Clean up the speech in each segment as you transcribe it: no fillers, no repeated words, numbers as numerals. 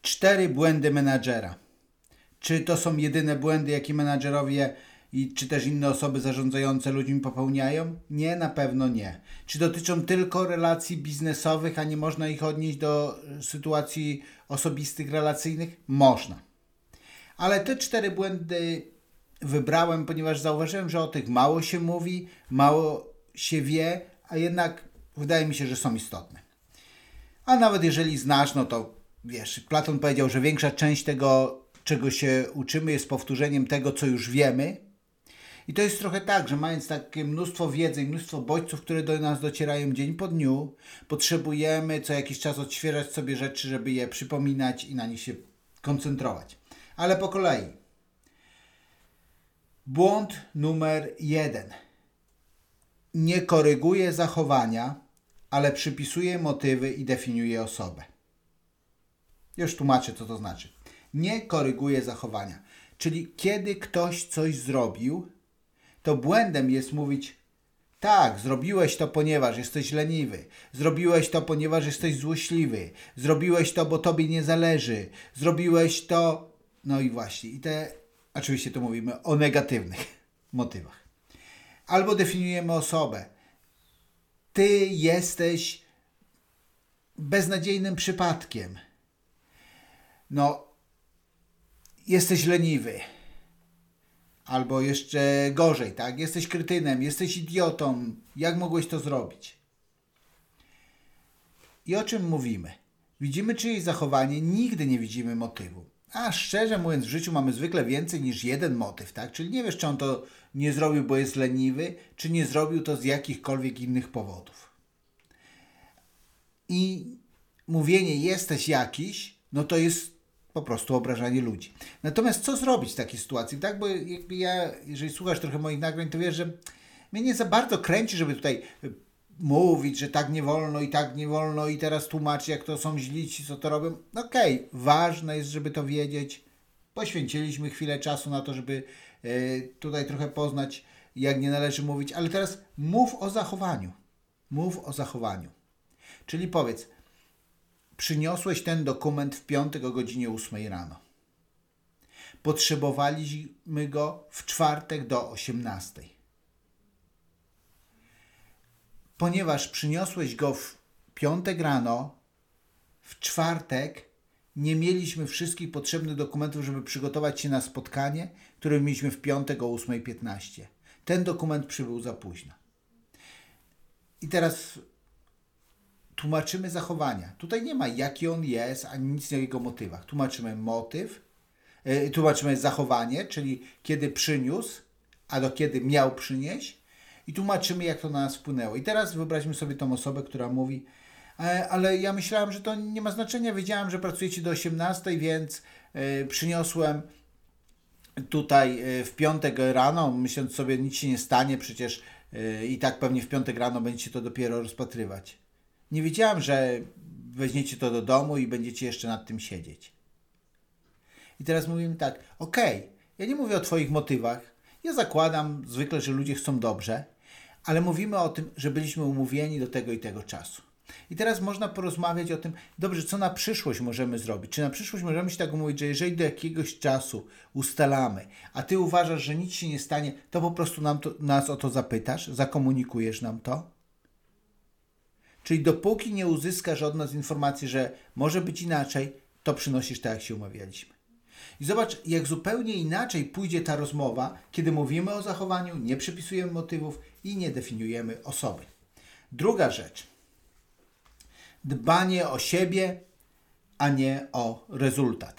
4 błędy menadżera. Czy to są jedyne błędy, jakie menadżerowie czy też inne osoby zarządzające ludźmi popełniają? Nie, na pewno nie. Czy dotyczą tylko relacji biznesowych, a nie można ich odnieść do sytuacji osobistych, relacyjnych? Można. Ale te 4 błędy wybrałem, ponieważ zauważyłem, że o tych mało się mówi, mało się wie, a jednak wydaje mi się, że są istotne. A nawet jeżeli znasz, no to wiesz, Platon powiedział, że większa część tego, czego się uczymy, jest powtórzeniem tego, co już wiemy. I to jest trochę tak, że mając takie mnóstwo wiedzy i mnóstwo bodźców, które do nas docierają dzień po dniu, potrzebujemy co jakiś czas odświeżać sobie rzeczy, żeby je przypominać i na nich się koncentrować. Ale po kolei. Błąd numer 1. Nie koryguje zachowania, ale przypisuje motywy i definiuje osobę. Już tłumaczę, co to znaczy. Nie koryguje zachowania. Czyli kiedy ktoś coś zrobił, to błędem jest mówić: tak, zrobiłeś to, ponieważ jesteś leniwy. Zrobiłeś to, ponieważ jesteś złośliwy. Zrobiłeś to, bo tobie nie zależy. Zrobiłeś to... No i właśnie. I oczywiście tu mówimy o negatywnych motywach. Albo definiujemy osobę. Ty jesteś beznadziejnym przypadkiem. Jesteś leniwy. Albo jeszcze gorzej, tak? Jesteś kretynem, jesteś idiotą. Jak mogłeś to zrobić? I o czym mówimy? Widzimy czyjeś zachowanie, nigdy nie widzimy motywu. A szczerze mówiąc, w życiu mamy zwykle więcej niż jeden motyw, tak? Czyli nie wiesz, czy on to nie zrobił, bo jest leniwy, czy nie zrobił to z jakichkolwiek innych powodów. I mówienie jesteś jakiś, no to jest po prostu obrażanie ludzi. Natomiast co zrobić w takiej sytuacji? Tak, bo jakby jeżeli słuchasz trochę moich nagrań, to wiesz, że mnie nie za bardzo kręci, żeby tutaj mówić, że tak nie wolno i teraz tłumaczyć, jak to są źli ci, co to robią. Okej, ważne jest, żeby to wiedzieć. Poświęciliśmy chwilę czasu na to, żeby tutaj trochę poznać, jak nie należy mówić, ale teraz mów o zachowaniu. Mów o zachowaniu. Czyli powiedz: przyniosłeś ten dokument w piątek o godzinie 8 rano. Potrzebowaliśmy go w czwartek do 18. Ponieważ przyniosłeś go w piątek rano, w czwartek nie mieliśmy wszystkich potrzebnych dokumentów, żeby przygotować się na spotkanie, które mieliśmy w piątek o 8:15. Ten dokument przybył za późno. I teraz tłumaczymy zachowania. Tutaj nie ma, jaki on jest, ani nic o jego motywach. Tłumaczymy motyw, tłumaczymy zachowanie, czyli kiedy przyniósł, a do kiedy miał przynieść, i tłumaczymy, jak to na nas wpłynęło. I teraz wyobraźmy sobie tą osobę, która mówi: ale ja myślałam, że to nie ma znaczenia, wiedziałam, że pracujecie do 18, więc przyniosłem tutaj w piątek rano, myśląc sobie, nic się nie stanie, przecież i tak pewnie w piątek rano będziecie to dopiero rozpatrywać. Nie wiedziałam, że weźmiecie to do domu i będziecie jeszcze nad tym siedzieć. I teraz mówimy tak: okej, ja nie mówię o twoich motywach, ja zakładam zwykle, że ludzie chcą dobrze, ale mówimy o tym, że byliśmy umówieni do tego i tego czasu. I teraz można porozmawiać o tym, dobrze, co na przyszłość możemy zrobić. Czy na przyszłość możemy się tak umówić, że jeżeli do jakiegoś czasu ustalamy, a ty uważasz, że nic się nie stanie, to po prostu nas o to zapytasz, zakomunikujesz nam to? Czyli dopóki nie uzyskasz od nas informacji, że może być inaczej, to przynosisz tak, jak się umawialiśmy. I zobacz, jak zupełnie inaczej pójdzie ta rozmowa, kiedy mówimy o zachowaniu, nie przypisujemy motywów i nie definiujemy osoby. Druga rzecz. Dbanie o siebie, a nie o rezultat.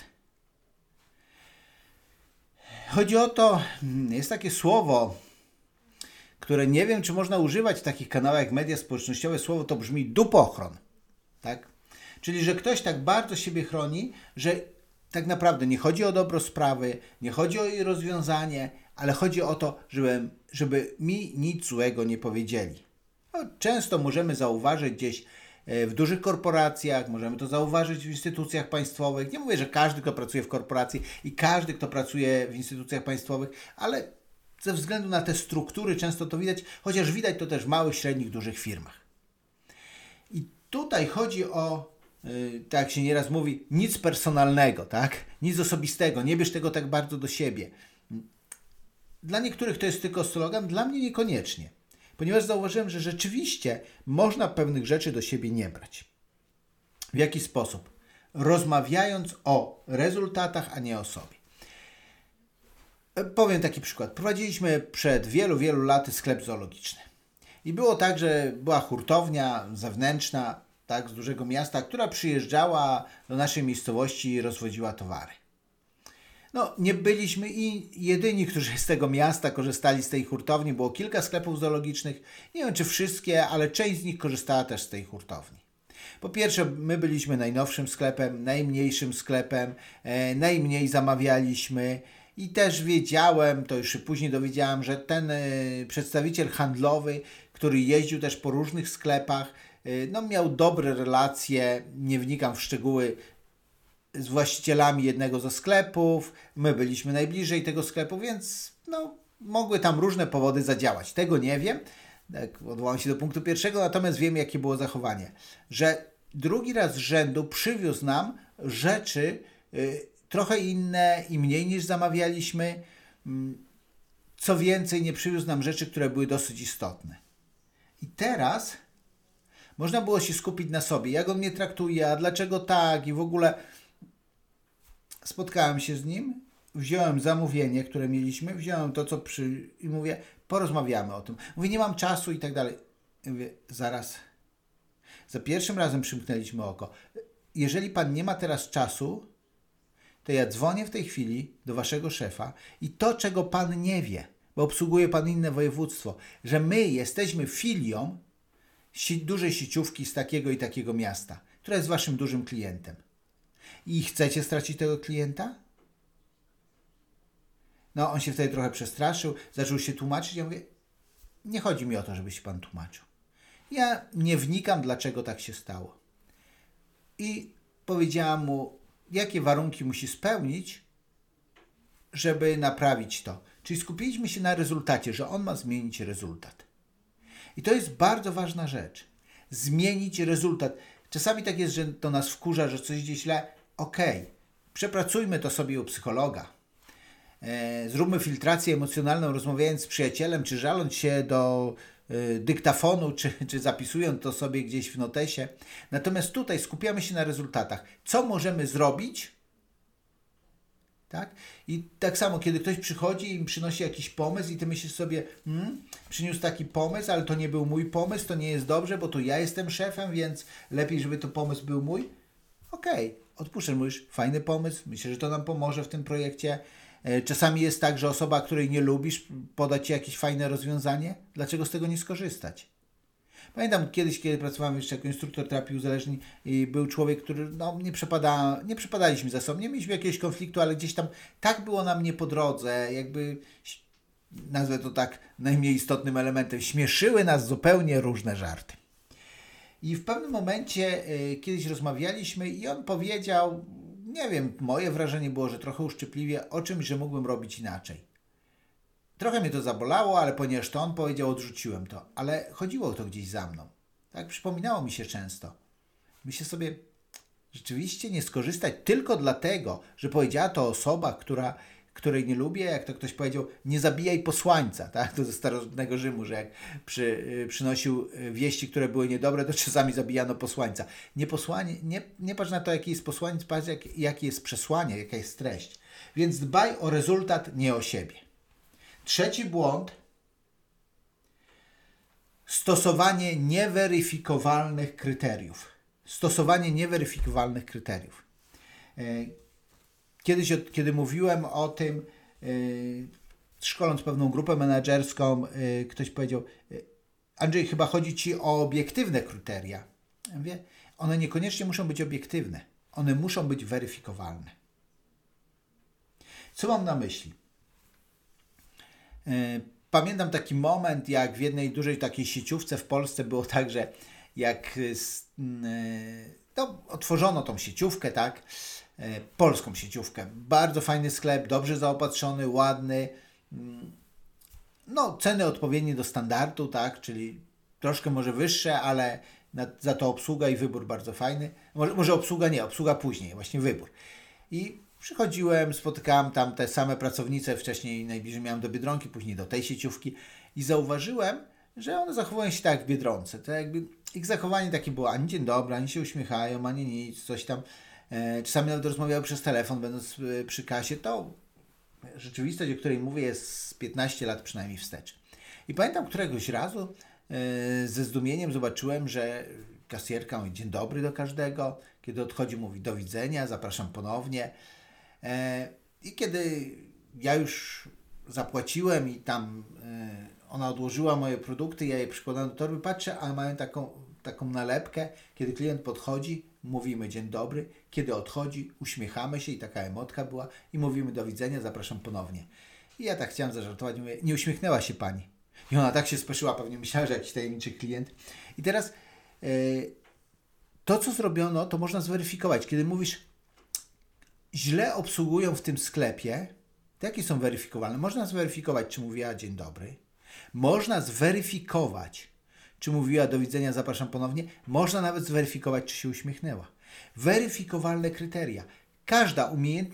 Chodzi o to, jest takie słowo, które nie wiem, czy można używać w takich kanałach jak media społecznościowe. Słowo to brzmi dupochron. Tak? Czyli, że ktoś tak bardzo siebie chroni, że tak naprawdę nie chodzi o dobro sprawy, nie chodzi o jej rozwiązanie, ale chodzi o to, żeby mi nic złego nie powiedzieli. Często możemy zauważyć gdzieś w dużych korporacjach, możemy to zauważyć w instytucjach państwowych. Nie mówię, że każdy, kto pracuje w korporacji i każdy, kto pracuje w instytucjach państwowych, ale ze względu na te struktury często to widać, chociaż widać to też w małych, średnich, dużych firmach. I tutaj chodzi o tak jak się nieraz mówi, nic personalnego, tak? Nic osobistego, nie bierz tego tak bardzo do siebie. Dla niektórych to jest tylko slogan, dla mnie niekoniecznie. Ponieważ zauważyłem, że rzeczywiście można pewnych rzeczy do siebie nie brać. W jaki sposób? Rozmawiając o rezultatach, a nie o sobie. Powiem taki przykład. Prowadziliśmy przed wielu laty sklep zoologiczny. I było tak, że była hurtownia zewnętrzna, tak, z dużego miasta, która przyjeżdżała do naszej miejscowości i rozwoziła towary. No, nie byliśmy i jedyni, którzy z tego miasta korzystali z tej hurtowni. Było kilka sklepów zoologicznych. Nie wiem, czy wszystkie, ale część z nich korzystała też z tej hurtowni. Po pierwsze, my byliśmy najnowszym sklepem, najmniejszym sklepem, najmniej zamawialiśmy i też wiedziałem, to już się później dowiedziałem, że ten przedstawiciel handlowy, który jeździł też po różnych sklepach, no miał dobre relacje, nie wnikam w szczegóły, z właścicielami jednego ze sklepów, my byliśmy najbliżej tego sklepu, więc no, mogły tam różne powody zadziałać. Tego nie wiem, tak, odwołam się do punktu pierwszego, natomiast wiem, jakie było zachowanie. Że drugi raz z rzędu przywiózł nam rzeczy trochę inne i mniej niż zamawialiśmy. Co więcej, nie przywiózł nam rzeczy, które były dosyć istotne. I teraz można było się skupić na sobie, jak on mnie traktuje, a dlaczego tak i w ogóle. Spotkałem się z nim, wziąłem zamówienie, które mieliśmy, wziąłem to, co i mówię, porozmawiamy o tym. Mówię, nie mam czasu i tak dalej. Mówię, zaraz. Za pierwszym razem przymknęliśmy oko. Jeżeli pan nie ma teraz czasu, to ja dzwonię w tej chwili do waszego szefa i to, czego pan nie wie, bo obsługuje pan inne województwo, że my jesteśmy filią dużej sieciówki z takiego i takiego miasta, która jest waszym dużym klientem. I chcecie stracić tego klienta? No, on się wtedy trochę przestraszył, zaczął się tłumaczyć. Ja mówię, nie chodzi mi o to, żeby się pan tłumaczył. Ja nie wnikam, dlaczego tak się stało. I powiedziałam mu, jakie warunki musi spełnić, żeby naprawić to. Czyli skupiliśmy się na rezultacie, że on ma zmienić rezultat. I to jest bardzo ważna rzecz. Zmienić rezultat. Czasami tak jest, że to nas wkurza, że coś idzie źle. Okej, przepracujmy to sobie u psychologa. Zróbmy filtrację emocjonalną, rozmawiając z przyjacielem, czy żaląc się do dyktafonu, czy zapisując to sobie gdzieś w notesie. Natomiast tutaj skupiamy się na rezultatach. Co możemy zrobić? Tak? I tak samo, kiedy ktoś przychodzi i przynosi jakiś pomysł i ty myślisz sobie, przyniósł taki pomysł, ale to nie był mój pomysł, to nie jest dobrze, bo tu ja jestem szefem, więc lepiej, żeby to pomysł był mój. Okej, odpuszczasz, mówisz, fajny pomysł, myślę, że to nam pomoże w tym projekcie. Czasami jest tak, że osoba, której nie lubisz, poda ci jakieś fajne rozwiązanie. Dlaczego z tego nie skorzystać? Pamiętam kiedyś, kiedy pracowałem jeszcze jako instruktor terapii uzależnień i był człowiek, który nie przepadaliśmy za sobą, nie mieliśmy jakiegoś konfliktu, ale gdzieś tam tak było nam nie po drodze, jakby nazwę to tak najmniej istotnym elementem, śmieszyły nas zupełnie różne żarty. I w pewnym momencie kiedyś rozmawialiśmy i on powiedział, nie wiem, moje wrażenie było, że trochę uszczypliwie o czymś, że mógłbym robić inaczej. Trochę mnie to zabolało, ale ponieważ to on powiedział, odrzuciłem to. Ale chodziło to gdzieś za mną. Tak przypominało mi się często. Myślę sobie, rzeczywiście nie skorzystać tylko dlatego, że powiedziała to osoba, której nie lubię, jak to ktoś powiedział, nie zabijaj posłańca, tak? To ze starożytnego Rzymu, że jak przynosił wieści, które były niedobre, to czasami zabijano posłańca. Nie patrz na to, jaki jest posłaniec, patrz jakie jest przesłanie, jaka jest treść. Więc dbaj o rezultat, nie o siebie. Trzeci błąd. Stosowanie nieweryfikowalnych kryteriów. Kiedyś, kiedy mówiłem o tym, szkoląc pewną grupę menedżerską, ktoś powiedział, Andrzej, chyba chodzi ci o obiektywne kryteria. Ja mówię, one niekoniecznie muszą być obiektywne. One muszą być weryfikowalne. Co mam na myśli? Pamiętam taki moment, jak w jednej dużej takiej sieciówce w Polsce było tak, że jak otworzono tą sieciówkę, tak, polską sieciówkę, bardzo fajny sklep, dobrze zaopatrzony, ładny, ceny odpowiednie do standardu, tak, czyli troszkę może wyższe, ale za to obsługa i wybór bardzo fajny. Może obsługa nie, obsługa później, właśnie wybór. I przychodziłem, spotykałem tam te same pracownice, wcześniej najbliżej miałem do Biedronki, później do tej sieciówki i zauważyłem, że one zachowują się tak jak w Biedronce. To jakby ich zachowanie takie było, ani dzień dobry, ani się uśmiechają, ani nic, coś tam. Czasami nawet rozmawiały przez telefon, będąc przy kasie. To rzeczywistość, o której mówię, jest z 15 lat przynajmniej wstecz. I pamiętam któregoś razu ze zdumieniem zobaczyłem, że kasjerka mówi dzień dobry do każdego, kiedy odchodzi mówi do widzenia, zapraszam ponownie. I kiedy ja już zapłaciłem i tam ona odłożyła moje produkty, ja je przykładam do torby, patrzę, a mają taką nalepkę, kiedy klient podchodzi, mówimy dzień dobry, kiedy odchodzi, uśmiechamy się i taka emotka była i mówimy do widzenia, zapraszam ponownie. I ja tak chciałem zażartować, mówię, nie uśmiechnęła się pani. I ona tak się spieszyła, pewnie myślała, że jakiś tajemniczy klient. I teraz to, co zrobiono, to można zweryfikować. Kiedy mówisz, źle obsługują w tym sklepie, to jakie są weryfikowalne? Można zweryfikować, czy mówiła dzień dobry. Można zweryfikować, czy mówiła do widzenia, zapraszam ponownie. Można nawet zweryfikować, czy się uśmiechnęła. Weryfikowalne kryteria. Każdą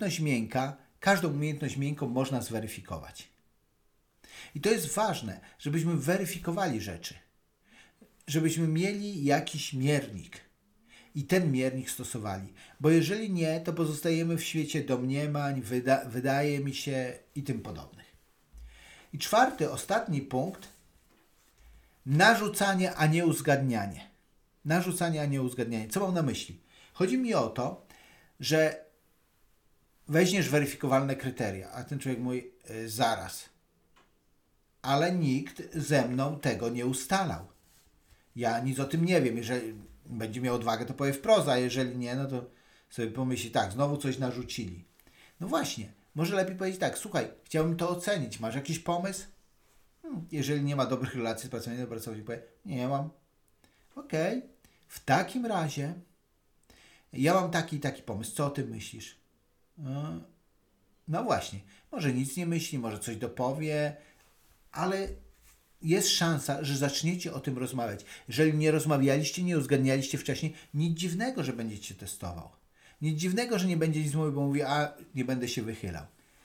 umiejętność miękką można zweryfikować. I to jest ważne, żebyśmy weryfikowali rzeczy. Żebyśmy mieli jakiś miernik i ten miernik stosowali. Bo jeżeli nie, to pozostajemy w świecie domniemań, wydaje mi się i tym podobnych. I czwarty, ostatni punkt. Narzucanie, a nie uzgadnianie. Narzucanie, a nie uzgadnianie. Co mam na myśli? Chodzi mi o to, że weźmiesz weryfikowalne kryteria, a ten człowiek mówi zaraz. Ale nikt ze mną tego nie ustalał. Ja nic o tym nie wiem. Jeżeli będzie miał odwagę, to powie wprost, a jeżeli nie, no to sobie pomyśli tak, znowu coś narzucili. No właśnie, może lepiej powiedzieć tak, słuchaj, chciałbym to ocenić, masz jakiś pomysł? Jeżeli nie ma dobrych relacji z pracownikiem, to pracownik powie, nie mam. Okej, w takim razie ja mam taki i taki pomysł, co o tym myślisz? No właśnie, może nic nie myśli, może coś dopowie, ale jest szansa, że zaczniecie o tym rozmawiać. Jeżeli nie rozmawialiście, nie uzgadnialiście wcześniej, nic dziwnego, że będziecie testował. Nic dziwnego, że nie będzie nic mówił, bo mówi, a nie będę się wychylał.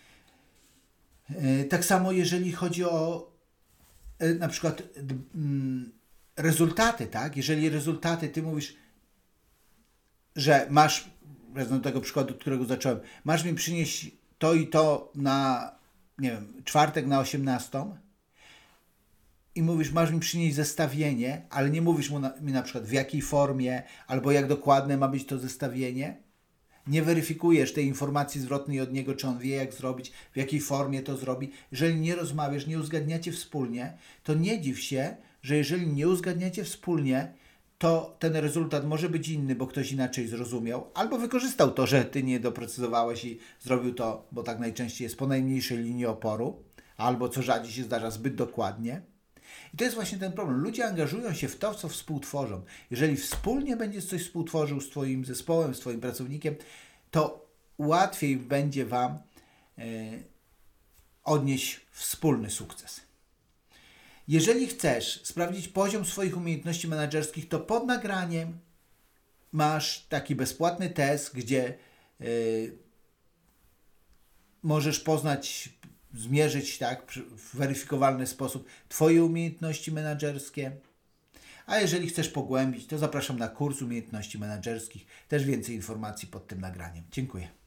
Tak samo jeżeli chodzi o na przykład rezultaty, tak? Jeżeli rezultaty, ty mówisz, że masz, wracam do tego przykładu, od którego zacząłem, masz mi przynieść to i to na, nie wiem, czwartek na 18 i mówisz, masz mi przynieść zestawienie, ale nie mówisz mi na przykład w jakiej formie albo jak dokładne ma być to zestawienie, nie weryfikujesz tej informacji zwrotnej od niego, czy on wie jak zrobić, w jakiej formie to zrobi. Jeżeli nie rozmawiasz, nie uzgadniacie wspólnie, to nie dziw się, że jeżeli nie uzgadniacie wspólnie, to ten rezultat może być inny, bo ktoś inaczej zrozumiał, albo wykorzystał to, że ty nie doprecyzowałeś i zrobił to, bo tak najczęściej jest po najmniejszej linii oporu, albo co rzadziej się zdarza zbyt dokładnie. I to jest właśnie ten problem. Ludzie angażują się w to, co współtworzą. Jeżeli wspólnie będziesz coś współtworzył z twoim zespołem, z twoim pracownikiem, to łatwiej będzie wam odnieść wspólny sukces. Jeżeli chcesz sprawdzić poziom swoich umiejętności menedżerskich, to pod nagraniem masz taki bezpłatny test, gdzie możesz poznać, zmierzyć tak, w weryfikowalny sposób twoje umiejętności menedżerskie. A jeżeli chcesz pogłębić, to zapraszam na kurs umiejętności menedżerskich. Też więcej informacji pod tym nagraniem. Dziękuję.